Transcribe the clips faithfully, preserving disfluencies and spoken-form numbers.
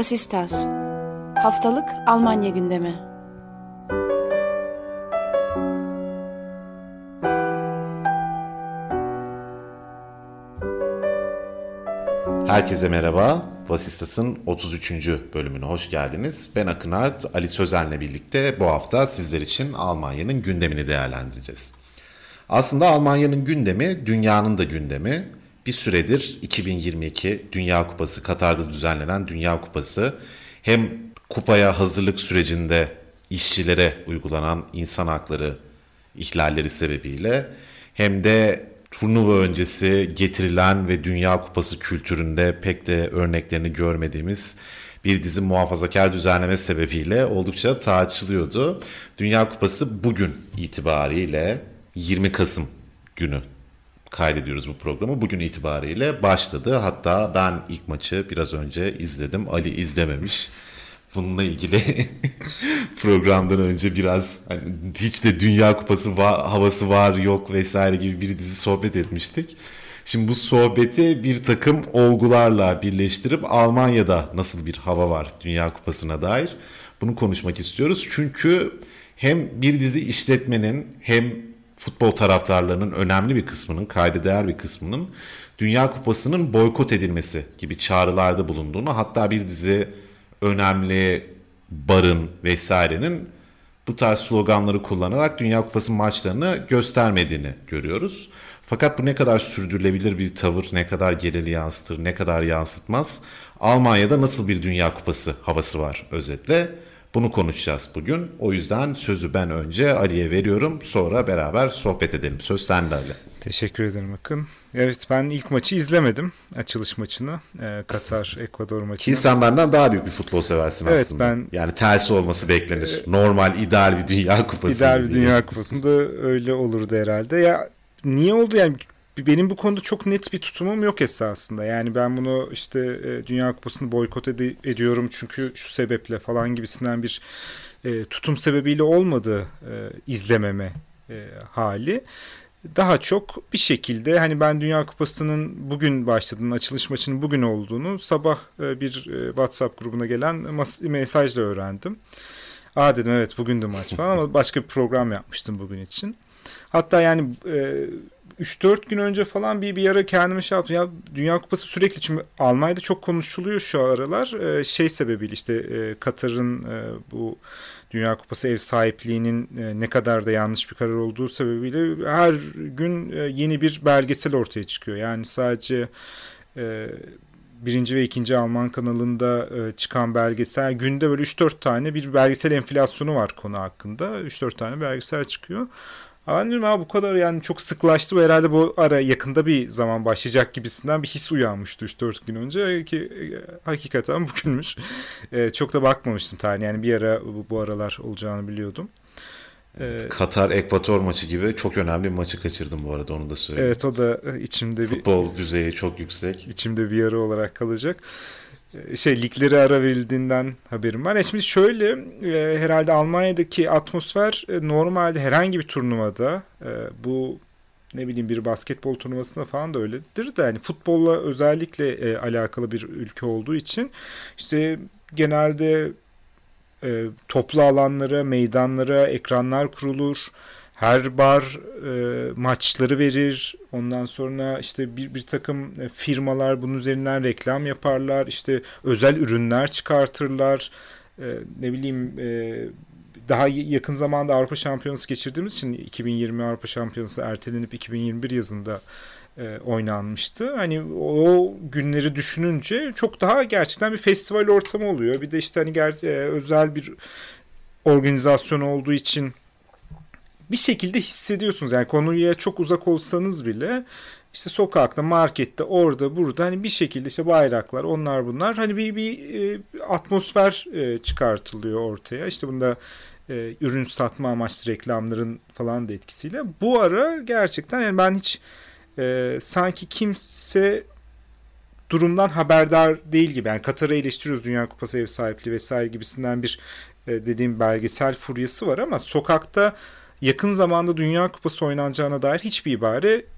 Vasistas. Haftalık Almanya gündemi. Herkese merhaba. Vasistas'ın otuz üçüncü bölümüne hoş geldiniz. Ben Akın Art, Ali Sözen'le birlikte bu hafta sizler için Almanya'nın gündemini değerlendireceğiz. Aslında Almanya'nın gündemi, dünyanın da gündemi. Bir süredir iki bin yirmi iki Dünya Kupası, Katar'da düzenlenen Dünya Kupası hem kupaya hazırlık sürecinde işçilere uygulanan insan hakları ihlalleri sebebiyle hem de turnuva öncesi getirilen ve Dünya Kupası kültüründe pek de örneklerini görmediğimiz bir dizi muhafazakar düzenleme sebebiyle oldukça tartışılıyordu. Dünya Kupası bugün itibariyle yirmi Kasım günü kaydediyoruz bu programı. Bugün itibariyle başladı. Hatta ben ilk maçı biraz önce izledim. Ali izlememiş. Bununla ilgili programdan önce biraz hani hiç de Dünya Kupası va- havası var yok vesaire gibi bir dizi sohbet etmiştik. Şimdi bu sohbeti bir takım olgularla birleştirip Almanya'da nasıl bir hava var Dünya Kupası'na dair bunu konuşmak istiyoruz. Çünkü hem bir dizi işletmenin hem futbol taraftarlarının önemli bir kısmının, kayda değer bir kısmının Dünya Kupası'nın boykot edilmesi gibi çağrılarda bulunduğunu, hatta bir dizi önemli barın vesairenin bu tarz sloganları kullanarak Dünya Kupası maçlarını göstermediğini görüyoruz. Fakat bu ne kadar sürdürülebilir bir tavır, ne kadar geneli yansıtır, ne kadar yansıtmaz? Almanya'da nasıl bir Dünya Kupası havası var özetle? Bunu konuşacağız bugün. O yüzden sözü ben önce Ali'ye veriyorum. Sonra beraber sohbet edelim. Söz sende Ali. Teşekkür ederim Akın. Evet, ben ilk maçı izlemedim. Açılış maçını. Ee, Katar-Ekvador maçını. Ki sen benden daha büyük bir futbol seversin evet, aslında. Ben, yani tersi olması beklenir. E, Normal, ideal bir Dünya Kupası. İdeal bir Dünya Kupası'nda öyle olurdu herhalde. Ya niye oldu yani? Benim bu konuda çok net bir tutumum yok esasında. Yani ben bunu işte e, Dünya Kupası'nı boykot ed- ediyorum çünkü şu sebeple falan gibisinden bir e, tutum sebebiyle olmadı e, izlememe e, hali. Daha çok bir şekilde hani ben Dünya Kupası'nın bugün başladığını, açılış maçının bugün olduğunu sabah e, bir e, WhatsApp grubuna gelen mas- mesajla öğrendim. Aa dedim, evet bugündü maç falan ama başka bir program yapmıştım bugün için. Hatta yani e, üç dört gün önce falan bir bir ara kendime şey yaptım. Ya Dünya Kupası sürekli, çünkü Almanya'da çok konuşuluyor şu aralar. E, şey sebebiyle işte e, Katar'ın e, bu Dünya Kupası ev sahipliğinin e, ne kadar da yanlış bir karar olduğu sebebiyle her gün e, yeni bir belgesel ortaya çıkıyor. Yani sadece e, birinci ve ikinci Alman kanalında e, çıkan belgesel, günde böyle üç dört tane bir belgesel enflasyonu var konu hakkında. üç dört tane belgesel çıkıyor. Anladım abi, bu kadar yani çok sıklaştı ve herhalde bu ara yakında bir zaman başlayacak gibisinden bir his uyanmıştı üç dört gün önce ki e, hakikaten bugünmüş. E, çok da bakmamıştım tarihine, yani bir ara bu, bu aralar olacağını biliyordum. Evet, Katar Ekvator maçı gibi çok önemli bir maçı kaçırdım bu arada, onu da söyleyeyim. Evet, o da içimde futbol bir, düzeyi çok yüksek. İçimde bir yara olarak kalacak. Şey, liglere ara verildiğinden haberim var. E şimdi şöyle e, herhalde Almanya'daki atmosfer e, normalde herhangi bir turnuvada e, bu ne bileyim bir basketbol turnuvasında falan da öyledir de yani futbolla özellikle e, alakalı bir ülke olduğu için işte genelde e, toplu alanlara, meydanlara ekranlar kurulur. Her bar e, maçları verir. Ondan sonra işte bir, bir takım firmalar bunun üzerinden reklam yaparlar. İşte özel ürünler çıkartırlar. E, ne bileyim e, daha yakın zamanda Avrupa Şampiyonası geçirdiğimiz için iki bin yirmi Avrupa Şampiyonası ertelenip iki bin yirmi bir yazında e, oynanmıştı. Hani o günleri düşününce çok daha gerçekten bir festival ortamı oluyor. Bir de işte hani ger- e, özel bir organizasyon olduğu için bir şekilde hissediyorsunuz. Yani konuya çok uzak olsanız bile işte sokakta, markette, orada, burada hani bir şekilde işte bayraklar, onlar bunlar, hani bir bir e, atmosfer e, çıkartılıyor ortaya. İşte bunda e, ürün satma amaçlı reklamların falan da etkisiyle. Bu ara gerçekten yani ben hiç e, sanki kimse durumdan haberdar değil gibi. Yani Katar'ı eleştiriyoruz, Dünya Kupası ev sahipliği vesaire gibisinden bir e, dediğim belgesel furyası var ama sokakta yakın zamanda Dünya Kupası oynanacağına dair hiçbir ibare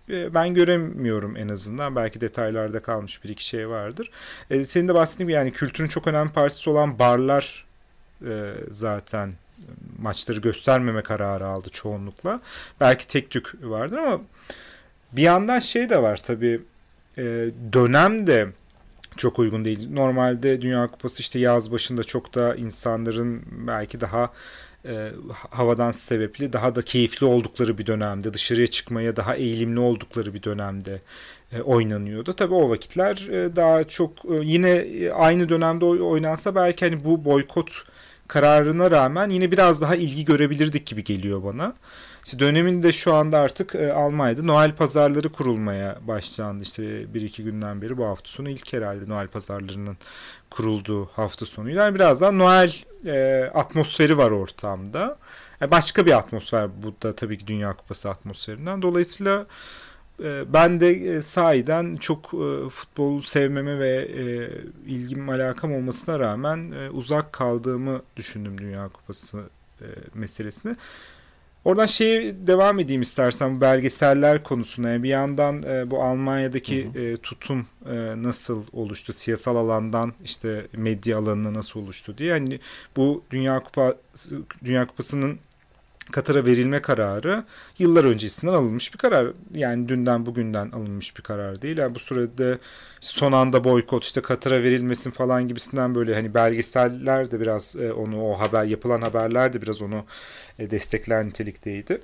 e, ben göremiyorum en azından. Belki detaylarda kalmış bir iki şey vardır. E, senin de bahsettiğin gibi yani kültürün çok önemli parçası olan barlar e, zaten maçları göstermeme kararı aldı çoğunlukla. Belki tek tük vardır ama bir yandan şey de var tabii, e, dönem de çok uygun değil. Normalde Dünya Kupası işte yaz başında çok da insanların belki daha e, havadan sebepli daha da keyifli oldukları bir dönemde, dışarıya çıkmaya daha eğilimli oldukları bir dönemde e, oynanıyordu. Tabii o vakitler e, daha çok e, yine e, aynı dönemde oynansa belki hani bu boykot kararına rağmen yine biraz daha ilgi görebilirdik gibi geliyor bana. İşte döneminde şu anda artık e, Almanya'da Noel pazarları kurulmaya başlandı. İşte bir iki günden beri bu hafta sonu ilk herhalde Noel pazarlarının kurulduğu hafta sonu. Yani biraz daha Noel e, atmosferi var ortamda. Yani başka bir atmosfer bu da tabii ki Dünya Kupası atmosferinden. Dolayısıyla e, ben de e, sahiden çok e, futbolu sevmeme ve e, ilgim alakam olmasına rağmen e, uzak kaldığımı düşündüm Dünya Kupası e, meselesine. Oradan şeye devam edeyim istersen bu belgeseller konusuna. Yani bir yandan e, bu Almanya'daki hı hı. E, tutum e, nasıl oluştu? Siyasal alandan işte medya alanına nasıl oluştu diye. Yani bu Dünya Kupası Dünya Kupası'nın Katar'a verilme kararı yıllar öncesinden alınmış bir karar. Yani dünden bugünden alınmış bir karar değil. Yani bu sürede son anda boykot işte Katar'a verilmesin falan gibisinden böyle hani belgeseller de biraz e, onu o haber yapılan haberler de biraz onu e, destekler nitelikteydi.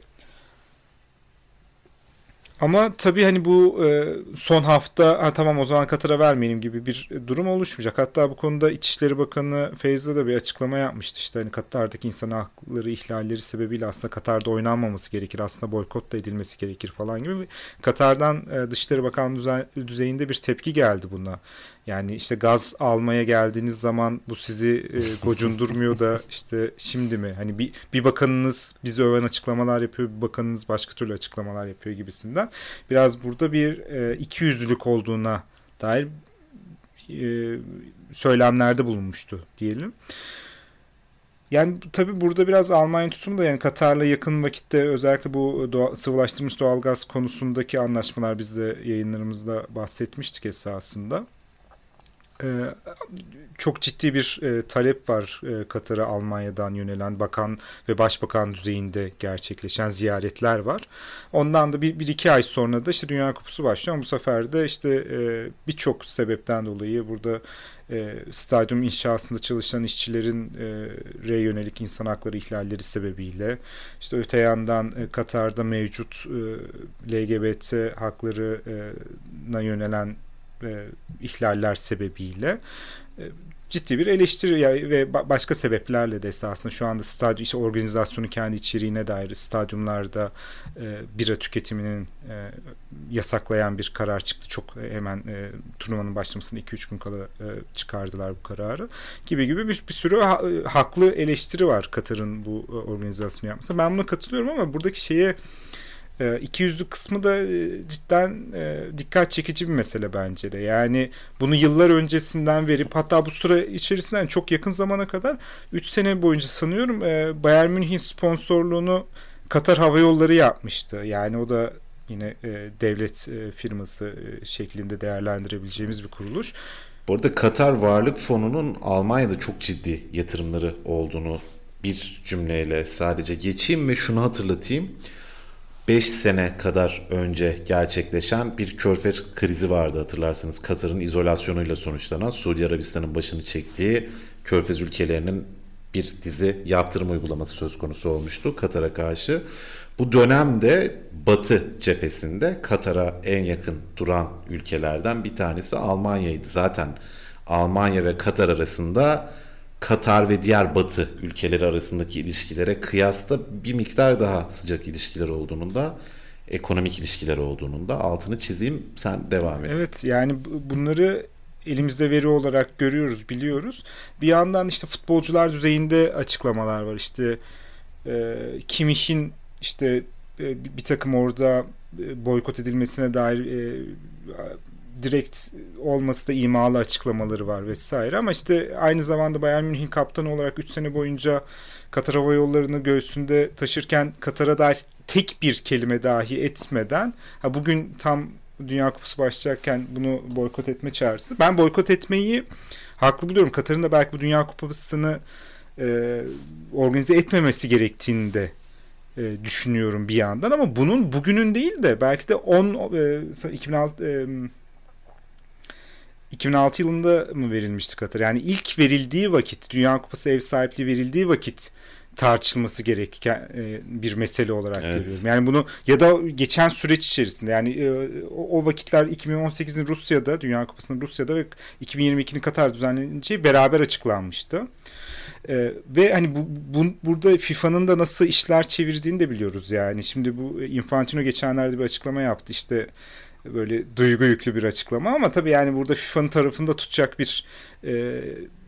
Ama tabii hani bu e, son hafta ha, tamam o zaman Katar'a vermeyelim gibi bir durum oluşmayacak. Hatta bu konuda İçişleri Bakanı Feyza da bir açıklama yapmıştı. İşte hani Katar'daki insan hakları ihlalleri sebebiyle aslında Katar'da oynanmaması gerekir. Aslında boykot da edilmesi gerekir falan gibi. Katar'dan e, Dışişleri Bakanlığı düzeyinde bir tepki geldi buna. Yani işte gaz almaya geldiğiniz zaman bu sizi e, gocundurmuyor da işte şimdi mi? Hani bir, bir bakanınız bizi öven açıklamalar yapıyor, bir bakanınız başka türlü açıklamalar yapıyor gibisinden. Biraz burada bir e, ikiyüzlülük olduğuna dair e, söylemlerde bulunmuştu diyelim. Yani tabii burada biraz Almanya tutumu da yani Katar'la yakın vakitte özellikle bu doğa, sıvılaştırılmış doğalgaz konusundaki anlaşmalar biz de yayınlarımızda bahsetmiştik esasında. Ee, çok ciddi bir e, talep var e, Katar'a Almanya'dan yönelen bakan ve başbakan düzeyinde gerçekleşen ziyaretler var. Ondan da bir, bir iki ay sonra da işte Dünya Kupası başlıyor. Bu sefer de işte e, birçok sebepten dolayı burada e, stadyum inşasında çalışan işçilerin e, re yönelik insan hakları ihlalleri sebebiyle işte öte yandan e, Katar'da mevcut e, L G B T haklarına yönelen E, ihlaller sebebiyle e, ciddi bir eleştiri ve başka sebeplerle de esasında şu anda stadyum işte organizasyonun kendi içeriğine dair stadyumlarda e, bira tüketiminin e, yasaklayan bir karar çıktı. Çok hemen e, turnuvanın başlamasına iki üç gün kala e, çıkardılar bu kararı. Gibi gibi bir, bir sürü ha, haklı eleştiri var Katar'ın bu organizasyonu yapması. Ben buna katılıyorum ama buradaki şeye İki yüzlü kısmı da cidden dikkat çekici bir mesele bence de. Yani bunu yıllar öncesinden verip hatta bu süre içerisinden çok yakın zamana kadar üç sene boyunca sanıyorum Bayern Münih'in sponsorluğunu Katar Hava Yolları yapmıştı. Yani o da yine devlet firması şeklinde değerlendirebileceğimiz bir kuruluş. Bu arada Katar Varlık Fonu'nun Almanya'da çok ciddi yatırımları olduğunu bir cümleyle sadece geçeyim ve şunu hatırlatayım. beş sene kadar önce gerçekleşen bir körfez krizi vardı hatırlarsanız. Katar'ın izolasyonuyla sonuçlanan Suudi Arabistan'ın başını çektiği körfez ülkelerinin bir dizi yaptırım uygulaması söz konusu olmuştu Katar'a karşı. Bu dönemde Batı cephesinde Katar'a en yakın duran ülkelerden bir tanesi Almanya'ydı. Zaten Almanya ve Katar arasında Katar ve diğer Batı ülkeleri arasındaki ilişkilere kıyasla bir miktar daha sıcak ilişkiler olduğunun da ekonomik ilişkiler olduğunun da altını çizeyim. Sen devam et. Evet yani bunları elimizde veri olarak görüyoruz, biliyoruz. Bir yandan işte futbolcular düzeyinde açıklamalar var. İşte e, Kimmich'in işte e, bir takım orada e, boykot edilmesine dair e, direkt olması da imalı açıklamaları var vesaire ama işte aynı zamanda Bayern Münih'in kaptanı olarak üç sene boyunca Katar Hava Yolları'nı göğsünde taşırken Katar'a dair tek bir kelime dahi etmeden, ha bugün tam Dünya Kupası başlayacakken bunu boykot etme çağrısı. Ben boykot etmeyi haklı buluyorum. Katar'ın da belki bu Dünya Kupası'nı e, organize etmemesi gerektiğini de e, düşünüyorum bir yandan ama bunun bugünün değil de belki de on e, iki bin altı e, iki bin altı yılında mı verilmişti Katar? Yani ilk verildiği vakit, Dünya Kupası ev sahipliği verildiği vakit tartışılması gereken e, bir mesele olarak evet. görüyorum. Yani bunu ya da geçen süreç içerisinde yani e, o, o vakitler iki bin on sekizin Rusya'da, Dünya Kupası'nın Rusya'da ve iki bin yirmi ikinin Katar düzenleneceği beraber açıklanmıştı. E, ve hani bu, bu burada FIFA'nın da nasıl işler çevirdiğini de biliyoruz yani. Şimdi bu Infantino geçenlerde bir açıklama yaptı işte böyle duygu yüklü bir açıklama ama tabii yani burada FIFA'nın tarafında tutacak bir e,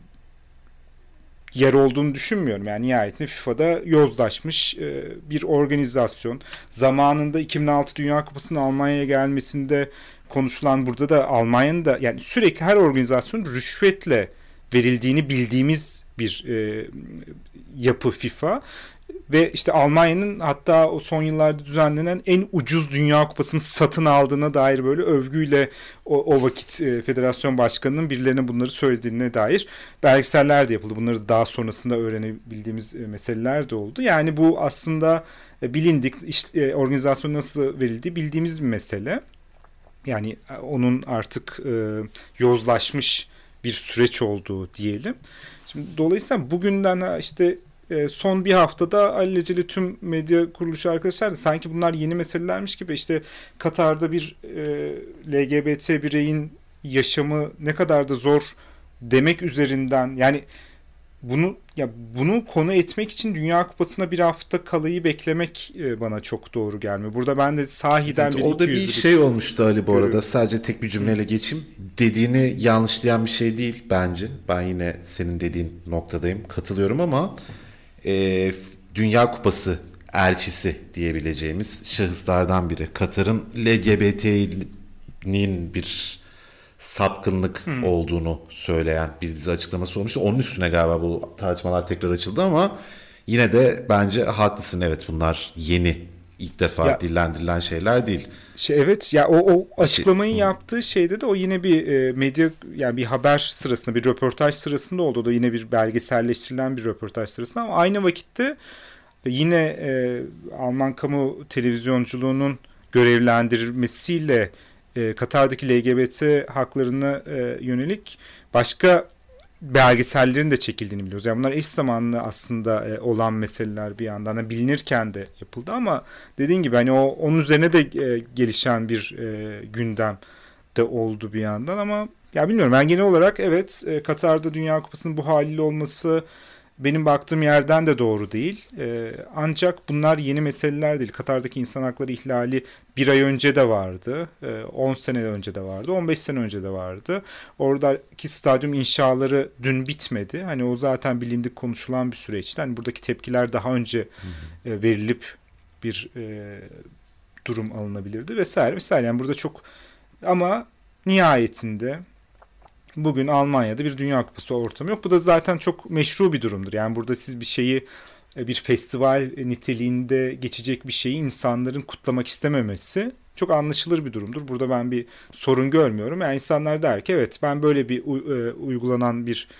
yer olduğunu düşünmüyorum. Yani nihayetinde FIFA'da yozlaşmış e, bir organizasyon. Zamanında iki bin altı Dünya Kupası'nın Almanya'ya gelmesinde konuşulan burada da Almanya'nın da yani sürekli her organizasyon rüşvetle verildiğini bildiğimiz bir e, yapı FIFA. Ve işte Almanya'nın hatta o son yıllarda düzenlenen en ucuz Dünya Kupası'nı satın aldığına dair böyle övgüyle o, o vakit e, federasyon başkanının birilerine bunları söylediğine dair belgeseller de yapıldı. Bunları da daha sonrasında öğrenebildiğimiz e, meseleler de oldu. Yani bu aslında e, bilindik işte, e, organizasyon nasıl verildiği bildiğimiz bir mesele. Yani e, onun artık e, yozlaşmış bir süreç olduğu diyelim. Şimdi dolayısıyla bugünden işte son bir haftada alelacele tüm medya kuruluşu arkadaşlar da sanki bunlar yeni meselelermiş gibi işte Katar'da bir e, L G B T bireyin yaşamı ne kadar da zor demek üzerinden yani bunu ya bunu konu etmek için Dünya Kupası'na bir hafta kalayı beklemek e, bana çok doğru gelmiyor. Burada ben de sahiden evet, bir orada bir şey olmuştu Ali bu arada. Sadece tek bir cümleyle geçeyim. Dediğini yanlışlayan bir şey değil bence. Ben yine senin dediğin noktadayım. Katılıyorum ama e, Dünya Kupası elçisi diyebileceğimiz şahıslardan biri. Katar'ın L G B T'nin bir sapkınlık hmm. olduğunu söyleyen bir dizi açıklaması olmuştu. Onun üstüne galiba bu tartışmalar tekrar açıldı ama yine de bence haklısın. Evet, bunlar yeni, ilk defa ya, dillendirilen şeyler değil. Şey, evet ya o, o açıklamayı şey, yaptığı şeyde de o yine bir e, medya yani bir haber sırasında bir röportaj sırasında oldu. O da yine bir belgeselleştirilen bir röportaj sırasında ama aynı vakitte yine e, Alman kamu televizyonculuğunun görevlendirmesiyle Katar'daki L G B T haklarına e, yönelik başka belgesellerin de çekildiğini biliyoruz. Yani bunlar eş zamanlı aslında e, olan meseleler bir yandan da bilinirken de yapıldı ama dediğin gibi hani o onun üzerine de e, gelişen bir e, gündem de oldu bir yandan ama ya bilmiyorum ben genel olarak evet e, Katar'da Dünya Kupası'nın bu haliyle olması benim baktığım yerden de doğru değil. Ee, ancak bunlar yeni meseleler değil. Katar'daki insan hakları ihlali bir ay önce de vardı. on sene önce de vardı. on beş sene önce de vardı. Oradaki stadyum inşaları dün bitmedi. Hani o zaten bilindik konuşulan bir süreçti. Hani buradaki tepkiler daha önce hı hı. verilip bir e, durum alınabilirdi vesaire. Vesaire. Yani burada çok ama nihayetinde bugün Almanya'da bir Dünya Kupası ortamı yok. Bu da zaten çok meşru bir durumdur. Yani burada siz bir şeyi bir festival niteliğinde geçecek bir şeyi insanların kutlamak istememesi çok anlaşılır bir durumdur. Burada ben bir sorun görmüyorum. Yani insanlar der ki evet ben böyle bir uygulanan bir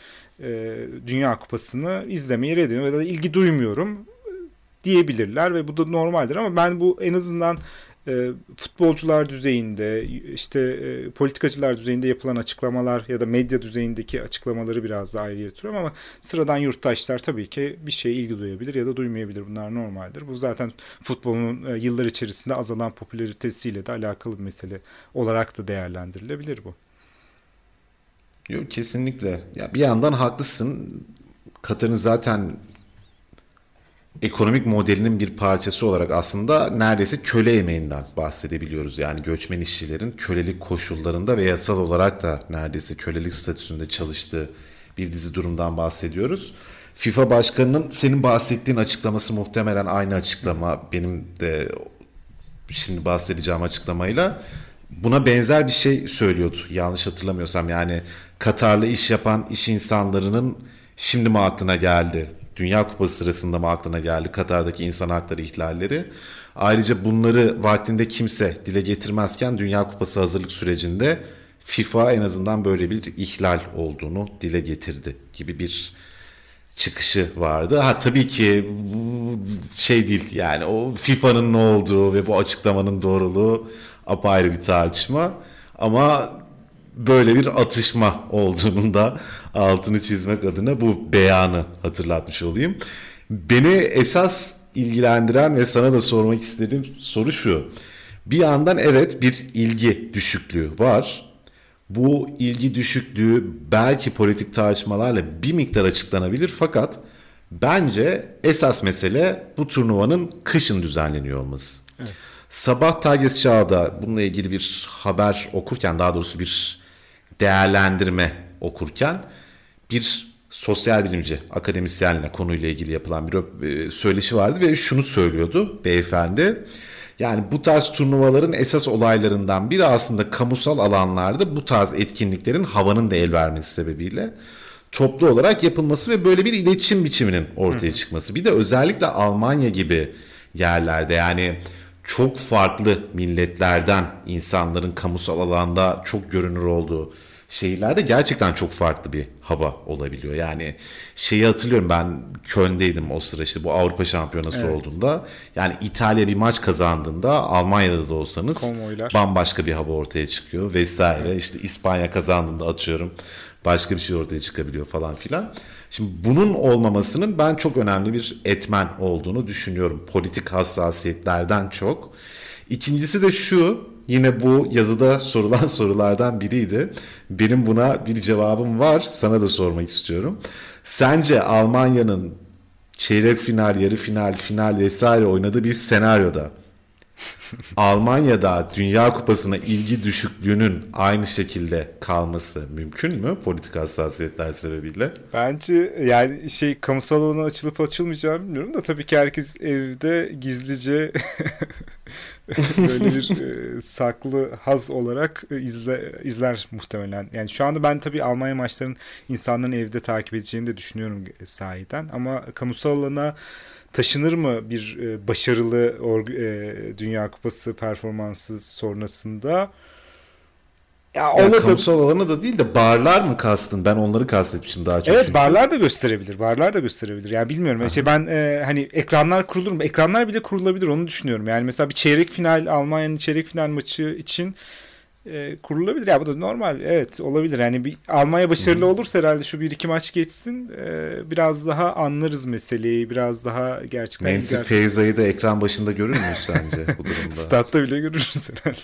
Dünya Kupası'nı izlemeye reddediyorum ya da ilgi duymuyorum diyebilirler ve bu da normaldir ama ben bu en azından E, futbolcular düzeyinde işte e, politikacılar düzeyinde yapılan açıklamalar ya da medya düzeyindeki açıklamaları biraz daha ayrı yatırıyorum ama sıradan yurttaşlar tabii ki bir şeye ilgi duyabilir ya da duymayabilir. Bunlar normaldir. Bu zaten futbolun e, yıllar içerisinde azalan popülaritesiyle de alakalı bir mesele olarak da değerlendirilebilir bu. Yok kesinlikle. Ya bir yandan haklısın. Katar'ın zaten ekonomik modelinin bir parçası olarak aslında neredeyse köle emeğinden bahsedebiliyoruz. Yani göçmen işçilerin kölelik koşullarında ve yasal olarak da neredeyse kölelik statüsünde çalıştığı bir dizi durumdan bahsediyoruz. FIFA başkanının senin bahsettiğin açıklaması muhtemelen aynı açıklama benim de şimdi bahsedeceğim açıklamayla. buna benzer bir şey söylüyordu yanlış hatırlamıyorsam. Yani Katar'la iş yapan iş insanlarının şimdi mi aklına geldi? Dünya Kupası sırasında mı aklına geldi Katar'daki insan hakları ihlalleri? Ayrıca bunları vaktinde kimse dile getirmezken Dünya Kupası hazırlık sürecinde FIFA en azından böyle bir ihlal olduğunu dile getirdi gibi bir çıkışı vardı. Ha tabii ki bu şey değil yani o FIFA'nın ne olduğu ve bu açıklamanın doğruluğu apayrı bir tartışma. Ama böyle bir atışma olduğunun da altını çizmek adına bu beyanı hatırlatmış olayım. Beni esas ilgilendiren ve sana da sormak istediğim soru şu. Bir yandan evet bir ilgi düşüklüğü var. Bu ilgi düşüklüğü belki politik tartışmalarla bir miktar açıklanabilir fakat bence esas mesele bu turnuvanın kışın düzenleniyor olması. Evet. Sabah Tagesschau'da bununla ilgili bir haber okurken, daha doğrusu bir değerlendirme okurken bir sosyal bilimci, akademisyenle konuyla ilgili yapılan bir söyleşi vardı ve şunu söylüyordu beyefendi. Yani bu tarz turnuvaların esas olaylarından biri aslında kamusal alanlarda bu tarz etkinliklerin havanın da el vermesi sebebiyle toplu olarak yapılması ve böyle bir iletişim biçiminin ortaya çıkması. Bir de özellikle Almanya gibi yerlerde yani çok farklı milletlerden insanların kamusal alanda çok görünür olduğu şehirlerde gerçekten çok farklı bir hava olabiliyor. Yani şeyi hatırlıyorum, ben Köln'deydim o sıra, işte bu Avrupa Şampiyonası evet. olduğunda. Yani İtalya bir maç kazandığında Almanya'da da olsanız konvoylar, bambaşka bir hava ortaya çıkıyor vesaire. Evet. İşte İspanya kazandığında atıyorum başka bir şey ortaya çıkabiliyor falan filan. Şimdi bunun olmamasının ben çok önemli bir etmen olduğunu düşünüyorum. Politik hassasiyetlerden çok. İkincisi de şu, yine bu yazıda sorulan sorulardan biriydi. Benim buna bir cevabım var. Sana da sormak istiyorum. Sence Almanya'nın çeyrek final, yarı final, final vesaire oynadığı bir senaryoda Almanya'da Dünya Kupası'na ilgi düşüklüğünün aynı şekilde kalması mümkün mü politik hassasiyetler sebebiyle? Bence yani şey, kamusal alana açılıp açılmayacağını bilmiyorum da tabii ki herkes evde gizlice böyle bir e, saklı haz olarak izle, izler muhtemelen. Yani şu anda ben tabii Almanya maçlarının insanların evde takip edeceğini de düşünüyorum sahiden, ama kamusal alana taşınır mı bir e, başarılı or, e, Dünya Kupası performansı sonrasında? Ya, ya kamusal alanı da değil de barlar mı kastın? Ben onları kastetmişim daha çok. Evet çünkü. barlar da gösterebilir. Barlar da gösterebilir. Yani bilmiyorum. Yani şey, ben e, hani ekranlar kurulur mu? Ekranlar bile kurulabilir, onu düşünüyorum. Yani mesela bir çeyrek final, Almanya'nın çeyrek final maçı için e, kurulabilir. Ya bu da normal. Evet, olabilir. Yani bir Almanya başarılı Hı-hı. olursa herhalde şu bir iki maç geçsin, e, biraz daha anlarız meseleyi. Biraz daha gerçekten... Nancy Faisa'yı da ekran başında görür müyüz sence bu durumda? Statta bile görürüz herhalde.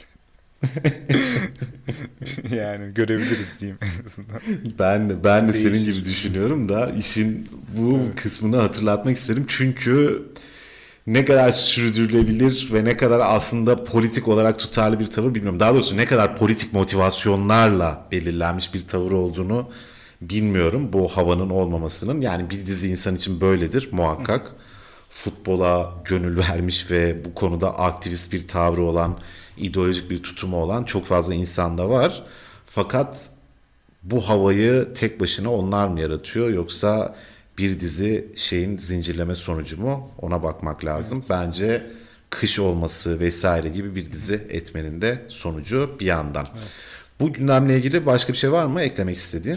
Yani görebiliriz diyeyim en azından. Ben de, ben de senin gibi düşünüyorum da işin bu evet. kısmını hatırlatmak isterim. Çünkü ne kadar sürdürülebilir ve ne kadar aslında politik olarak tutarlı bir tavır bilmiyorum. Daha doğrusu ne kadar politik motivasyonlarla belirlenmiş bir tavır olduğunu bilmiyorum bu havanın olmamasının. Yani bir dizi insan için böyledir muhakkak. Futbola gönül vermiş ve bu konuda aktivist bir tavrı olan, ideolojik bir tutumu olan çok fazla insan da var. Fakat bu havayı tek başına onlar mı yaratıyor, yoksa bir dizi şeyin zincirleme sonucu mu? Ona bakmak lazım. Evet. Bence kış olması vesaire gibi bir dizi etmenin de sonucu bir yandan. Evet. Bu gündemle ilgili başka bir şey var mı eklemek istediğin?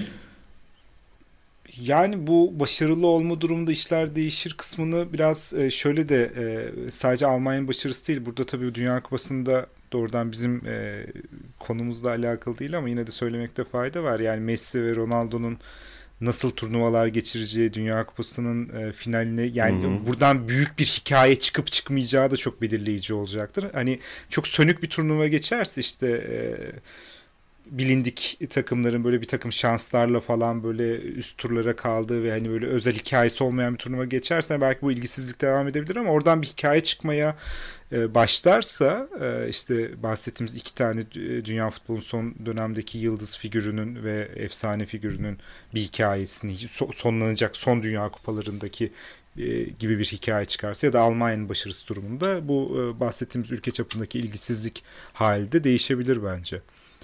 Yani bu başarılı olma durumunda işler değişir kısmını biraz şöyle de, sadece Almanya'nın başarısı değil. Burada tabii Dünya Kupası'nda doğrudan bizim konumuzla alakalı değil ama yine de söylemekte fayda var. Yani Messi ve Ronaldo'nun nasıl turnuvalar geçireceği, Dünya Kupası'nın finaline, yani hı hı. buradan büyük bir hikaye çıkıp çıkmayacağı da çok belirleyici olacaktır. Hani çok sönük bir turnuva geçerse, işte bilindik takımların böyle bir takım şanslarla falan böyle üst turlara kaldığı ve hani böyle özel hikayesi olmayan bir turnuva geçerse belki bu ilgisizlik devam edebilir, ama oradan bir hikaye çıkmaya başlarsa, işte bahsettiğimiz iki tane dünya futbolunun son dönemdeki yıldız figürünün ve efsane figürünün bir hikayesini, sonlanacak son Dünya Kupalarındaki e, gibi bir hikaye çıkarsa ya da Almanya'nın başarısı durumunda bu e, bahsettiğimiz ülke çapındaki ilgisizlik hali de değişebilir bence.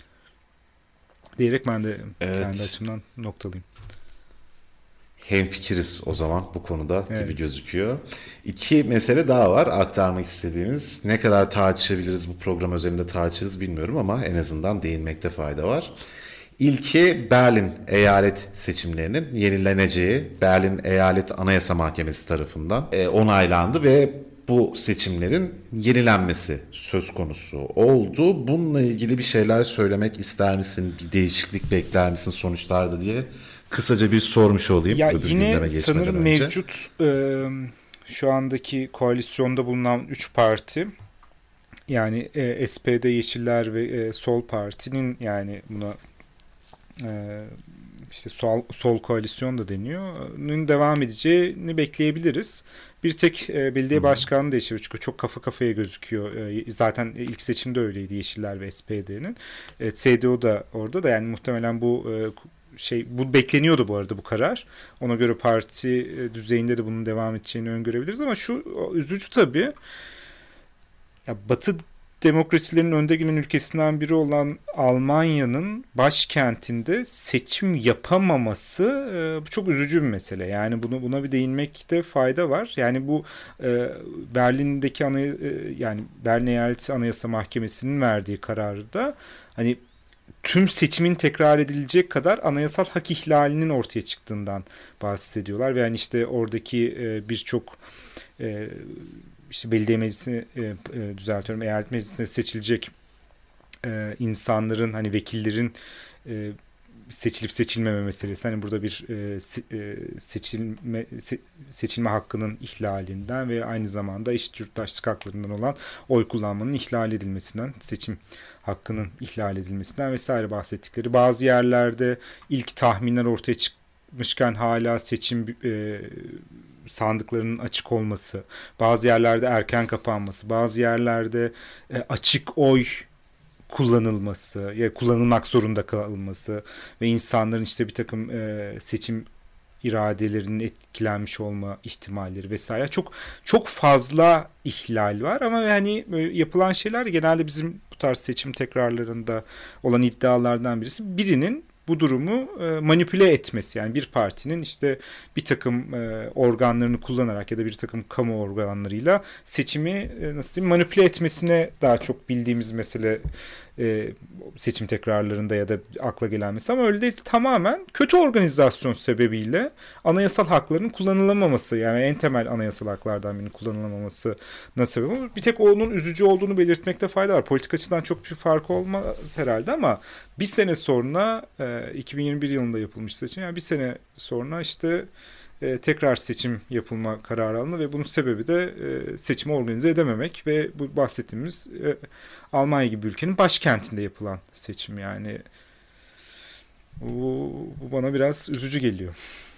Diyerek ben de evet. kendi açımdan noktalayayım. Hemfikiriz o zaman bu konuda evet. gibi gözüküyor. İki mesele daha var aktarmak istediğimiz. Ne kadar tartışabiliriz bu program özelinde tartışırız bilmiyorum ama en azından değinmekte fayda var. İlki Berlin eyalet seçimlerinin yenileneceği Berlin Eyalet Anayasa Mahkemesi tarafından e, onaylandı ve bu seçimlerin yenilenmesi söz konusu oldu. Bununla ilgili bir şeyler söylemek ister misin? Bir değişiklik bekler misin sonuçlarda diye kısaca bir sormuş olayım. Ya yine sanırım önce. mevcut e, şu andaki koalisyonda bulunan üç parti yani e, S P D, Yeşiller ve e, Sol Parti'nin yani buna e, işte sol, sol koalisyon da deniyor. Bunun devam edeceğini bekleyebiliriz. Bir tek e, belediye başkanı değişiyor çünkü çok kafa kafaya gözüküyor. E, zaten ilk seçimde öyleydi Yeşiller ve S P D'nin. E, C D U da orada da yani muhtemelen bu e, şey bu bekleniyordu bu arada bu karar. Ona göre parti düzeyinde de bunun devam edeceğini öngörebiliriz ama şu üzücü tabii. Ya Batı demokrasilerin önde gelen ülkesinden biri olan Almanya'nın başkentinde seçim yapamaması e, çok üzücü bir mesele. Yani bunu buna bir değinmekte fayda var. Yani bu e, Berlin'deki ana, e, yani Berlin Eyaleti Anayasa Mahkemesi'nin verdiği kararı da hani tüm seçimin tekrar edilecek kadar anayasal hak ihlalinin ortaya çıktığından bahsediyorlar ve yani işte oradaki e, birçok e, işte belediye meclisine e, e, düzeltiyorum eyalet meclisine seçilecek e, insanların hani vekillerin e, seçilip seçilmeme meselesi hani burada bir e, e, seçilme se, seçilme hakkının ihlalinden ve aynı zamanda eşit yurttaşlık haklarından olan oy kullanmanın ihlal edilmesinden seçim hakkının ihlal edilmesinden vesaire bahsettikleri bazı yerlerde ilk tahminler ortaya çıkmışken hala seçim e, sandıklarının açık olması, bazı yerlerde erken kapanması, bazı yerlerde e, açık oy kullanılması ya kullanılmak zorunda kalınması ve insanların işte bir takım e, seçim iradelerinin etkilenmiş olma ihtimalleri vesaire çok çok fazla ihlal var ama yani yapılan şeyler genelde bizim bu tarz seçim tekrarlarında olan iddialardan birisi birinin bu durumu e, manipüle etmesi yani bir partinin işte bir takım e, organlarını kullanarak ya da bir takım kamu organlarıyla seçimi e, nasıl diyeyim manipüle etmesine daha çok bildiğimiz mesele e, seçim tekrarlarında ya da akla gelen mesela ama öyle değil tamamen kötü organizasyon sebebiyle anayasal hakların kullanılamaması yani en temel anayasal haklardan birinin kullanılamaması nasıl sebep olur? Bir tek onun üzücü olduğunu belirtmekte fayda var. Politik açıdan çok bir fark olmaz herhalde ama bir sene sonra e, iki bin yirmi bir yılında yapılmış seçim yani bir sene sonra işte e, tekrar seçim yapılma kararı alındı ve bunun sebebi de e, seçimi organize edememek ve bu bahsettiğimiz e, Almanya gibi bir ülkenin başkentinde yapılan seçim yani bu, bu bana biraz üzücü geliyor.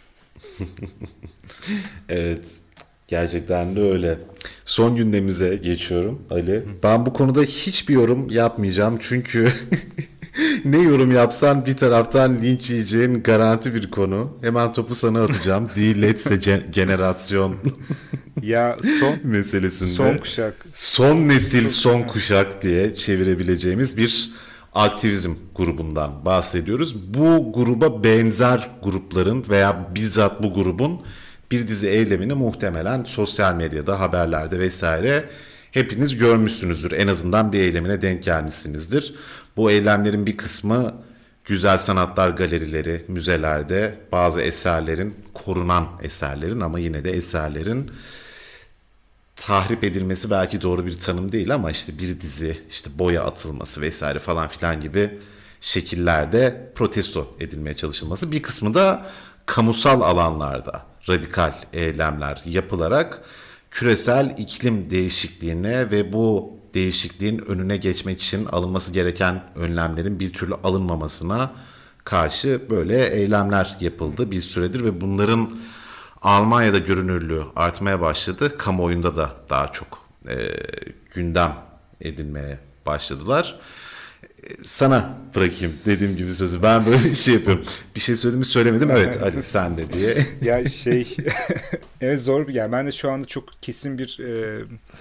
Evet. Gerçekten de öyle. Son gündemimize geçiyorum Ali. Ben bu konuda hiçbir yorum yapmayacağım çünkü ne yorum yapsan bir taraftan linç yiyeceğin garanti bir konu. Hemen topu sana atacağım. Diletse jenerasyon ya son meselesinde. Son kuşak. Son nesil son kuşak diye çevirebileceğimiz bir aktivizm grubundan bahsediyoruz. Bu gruba benzer grupların veya bizzat bu grubun bir dizi eylemini muhtemelen sosyal medyada, haberlerde vesaire hepiniz görmüşsünüzdür. En azından bir eylemine denk gelmişsinizdir. Bu eylemlerin bir kısmı güzel sanatlar galerileri, müzelerde bazı eserlerin, korunan eserlerin ama yine de eserlerin tahrip edilmesi belki doğru bir tanım değil ama işte bir dizi işte boya atılması vesaire falan filan gibi şekillerde protesto edilmeye çalışılması. Bir kısmı da kamusal alanlarda radikal eylemler yapılarak küresel iklim değişikliğine ve bu değişikliğin önüne geçmek için alınması gereken önlemlerin bir türlü alınmamasına karşı böyle eylemler yapıldı bir süredir ve bunların Almanya'da görünürlüğü artmaya başladı. Kamuoyunda da daha çok e, gündem edinmeye başladılar. sana bırakayım dediğim gibi sözü. Ben böyle şey yapıyorum. Bir şey söyledim mi söylemedim. Evet Ali sen de diye. Ya şey evet zor bir yani ben de şu anda çok kesin bir e,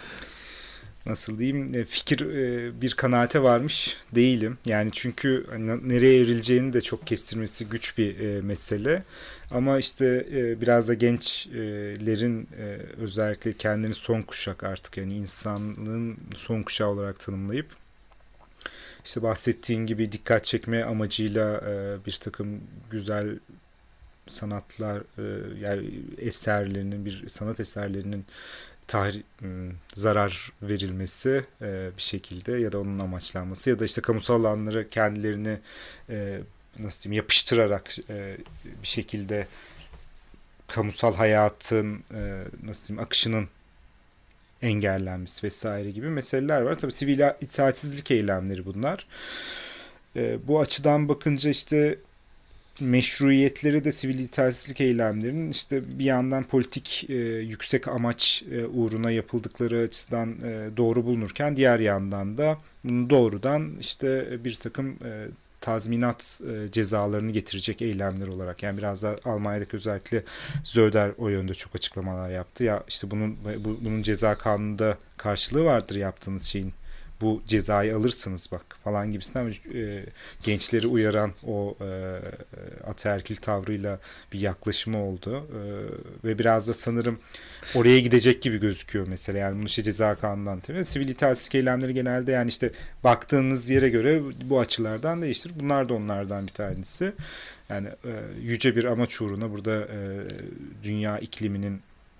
nasıl diyeyim fikir e, bir kanaate varmış değilim. Yani çünkü hani, nereye evrileceğini de çok kestirmesi güç bir e, mesele. Ama işte e, biraz da gençlerin e, özellikle kendini son kuşak artık yani insanlığın son kuşağı olarak tanımlayıp işte bahsettiğin gibi dikkat çekme amacıyla e, bir takım güzel sanatlar e, yani eserlerinin bir sanat eserlerinin tahri, zarar verilmesi e, bir şekilde ya da onun amaçlanması ya da işte kamusal alanları kendilerini e, nasıl diyeyim yapıştırarak e, bir şekilde kamusal hayatın e, nasıl diyeyim akışının engellenmesi vesaire gibi meseleler var. Tabii sivil itaatsizlik eylemleri bunlar. E, bu açıdan bakınca işte meşruiyetleri de sivil itaatsizlik eylemlerinin işte bir yandan politik e, yüksek amaç e, uğruna yapıldıkları açısından e, doğru bulunurken diğer yandan da bunu doğrudan işte bir takım e, tazminat e, cezalarını getirecek eylemler olarak yani biraz da Almanya'daki özellikle Söder o yönde çok açıklamalar yaptı. Ya işte bunun bu, bunun ceza kanununda karşılığı vardır yaptığınız şeyin. Bu cezayı alırsınız bak falan gibisinden e, gençleri uyaran o e, ataerkil tavrıyla bir yaklaşımı oldu. E, ve biraz da sanırım oraya gidecek gibi gözüküyor mesela. Yani bunu işte ceza kanunundan tabii. Sivil itaatsizlik eylemleri genelde yani işte baktığınız yere göre bu açılardan değiştir. Bunlar da onlardan bir tanesi. Yani e, yüce bir amaç uğruna burada e, dünya ikliminin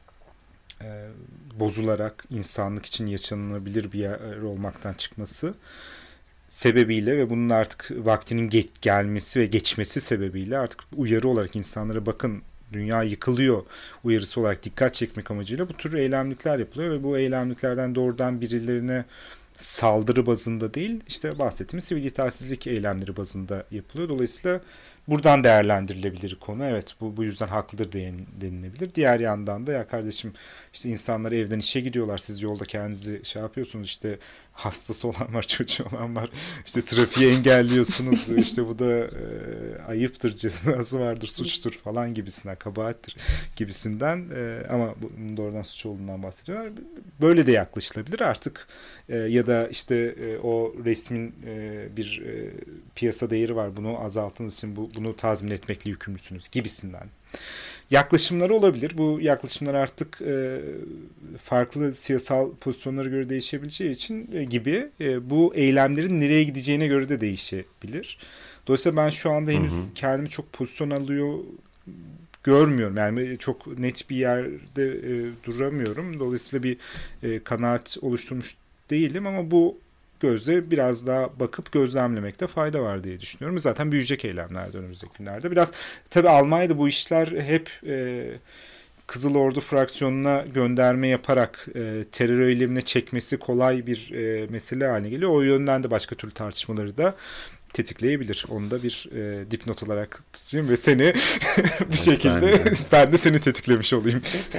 E, bozularak insanlık için yaşanılabilir bir yer olmaktan çıkması sebebiyle ve bunun artık vaktinin ge- gelmesi ve geçmesi sebebiyle artık uyarı olarak insanlara bakın dünya yıkılıyor uyarısı olarak dikkat çekmek amacıyla bu tür eylemlikler yapılıyor ve bu eylemliklerden doğrudan birilerine saldırı bazında değil işte bahsettiğimiz sivil itaatsizlik eylemleri bazında yapılıyor. Dolayısıyla buradan değerlendirilebilir konu. Evet bu, bu yüzden haklıdır denilebilir. Diğer yandan da ya kardeşim işte insanlar evden işe gidiyorlar. Siz yolda kendinizi şey yapıyorsunuz işte hastası olan var, çocuğu olan var. İşte trafiği engelliyorsunuz. İşte bu da e, ayıptır, cezası vardır, suçtur falan gibisinden, kabahattir gibisinden. E, ama bunun doğrudan suç olduğundan bahsediyorlar. Böyle de yaklaşılabilir artık. E, ya da işte e, o resmin e, bir e, piyasa değeri var. Bunu azaltınız için bu, bunu tazmin etmekle yükümlüsünüz gibisinden. Yaklaşımları olabilir. Bu yaklaşımlar artık e, farklı siyasal pozisyonlara göre değişebileceği için e, gibi e, bu eylemlerin nereye gideceğine göre de değişebilir. Dolayısıyla ben şu anda henüz hı hı. kendimi çok pozisyon alıyor görmüyorum. Yani çok net bir yerde e, duramıyorum. Dolayısıyla bir e, kanaat oluşturmuş değilim ama bu gözle biraz daha bakıp gözlemlemekte fayda var diye düşünüyorum. Zaten büyüyecek eylemler önümüzdeki günlerde. Biraz tabii Almanya'da bu işler hep e, Kızıl Ordu fraksiyonuna gönderme yaparak e, terör eylemine çekmesi kolay bir e, mesele haline geliyor. O yönden de başka türlü tartışmaları da tetikleyebilir. Onu da bir e, dipnot olarak tutayım ve seni bir şekilde ben de. ben de seni tetiklemiş olayım.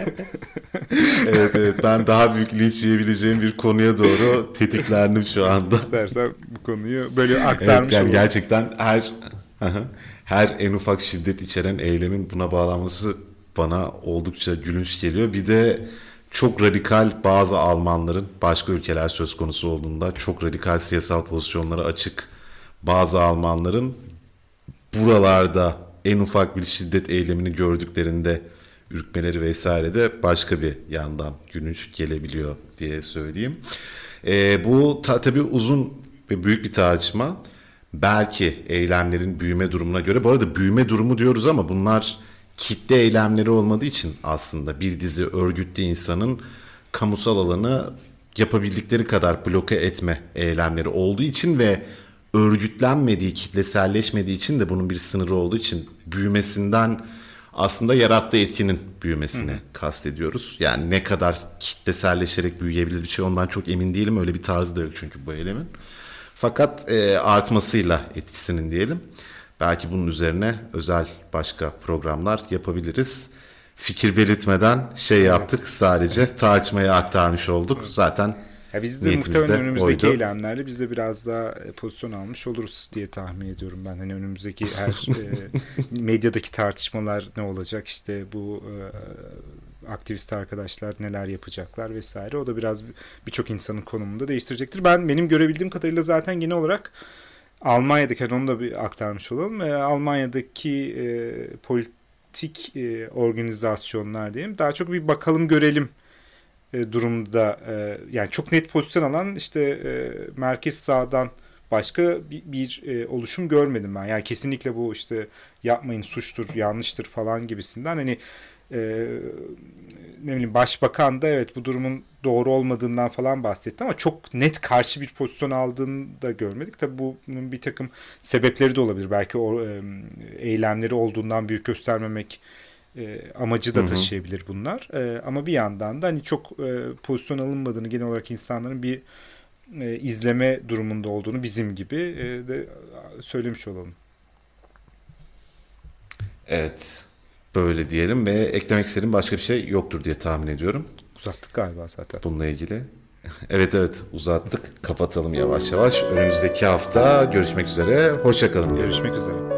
evet evet ben daha büyük linç yiyebileceğim bir konuya doğru tetiklendim şu anda. İstersen bu konuyu böyle aktarmış evet, yani olalım. Gerçekten her her en ufak şiddet içeren eylemin buna bağlanması bana oldukça gülünç geliyor. Bir de çok radikal bazı Almanların başka ülkeler söz konusu olduğunda çok radikal siyasal pozisyonlara açık bazı Almanların buralarda en ufak bir şiddet eylemini gördüklerinde ürkmeleri vesaire de başka bir yandan gülünç gelebiliyor diye söyleyeyim. E, bu ta, tabii uzun ve büyük bir tartışma. Belki eylemlerin büyüme durumuna göre, bu arada büyüme durumu diyoruz ama bunlar kitle eylemleri olmadığı için aslında bir dizi örgütlü insanın kamusal alanı yapabildikleri kadar bloke etme eylemleri olduğu için ve örgütlenmediği, kitleselleşmediği için de bunun bir sınırı olduğu için büyümesinden aslında yarattığı etkinin büyümesini Hı. kastediyoruz. Yani ne kadar kitleselleşerek büyüyebilir bir şey ondan çok emin değilim. Öyle bir tarzı da yok çünkü bu eylemin. Fakat e, artmasıyla etkisinin diyelim. Belki bunun üzerine özel başka programlar yapabiliriz. Fikir belirtmeden şey yaptık, sadece tartışmaya aktarmış olduk. Zaten Ya biz de Niyetimiz muhtemelen de önümüzdeki oydu. eylemlerle biz de biraz daha e, pozisyon almış oluruz diye tahmin ediyorum ben. Hani önümüzdeki her e, medyadaki tartışmalar ne olacak, işte bu e, aktivist arkadaşlar neler yapacaklar vesaire. O da biraz birçok insanın konumunu da değiştirecektir. Ben benim görebildiğim kadarıyla zaten genel olarak Almanya'daki, hani onu da bir aktarmış olalım. E, Almanya'daki e, politik e, organizasyonlar diyeyim, daha çok bir bakalım görelim e, durumda, e, yani çok net pozisyon alan işte e, merkez sağdan başka bir, bir e, oluşum görmedim ben. Yani kesinlikle bu işte yapmayın, suçtur, yanlıştır falan gibisinden, hani e, ne bileyim, başbakan da evet bu durumun doğru olmadığından falan bahsetti ama çok net karşı bir pozisyon aldığını da görmedik. Tabii bunun bir takım sebepleri de olabilir. Belki o e, eylemleri olduğundan büyük göstermemek e, amacı da Hı hı. taşıyabilir bunlar. E, ama bir yandan da hani çok e, pozisyon alınmadığını, genel olarak insanların bir e, izleme durumunda olduğunu bizim gibi e, de söylemiş olalım. Evet. Böyle diyelim ve eklemek istediğim başka bir şey yoktur diye tahmin ediyorum Uzattık galiba zaten. bununla ilgili. Evet evet uzattık. Kapatalım yavaş yavaş. Önümüzdeki hafta görüşmek üzere. Hoşça kalın diyelim. Görüşmek üzere.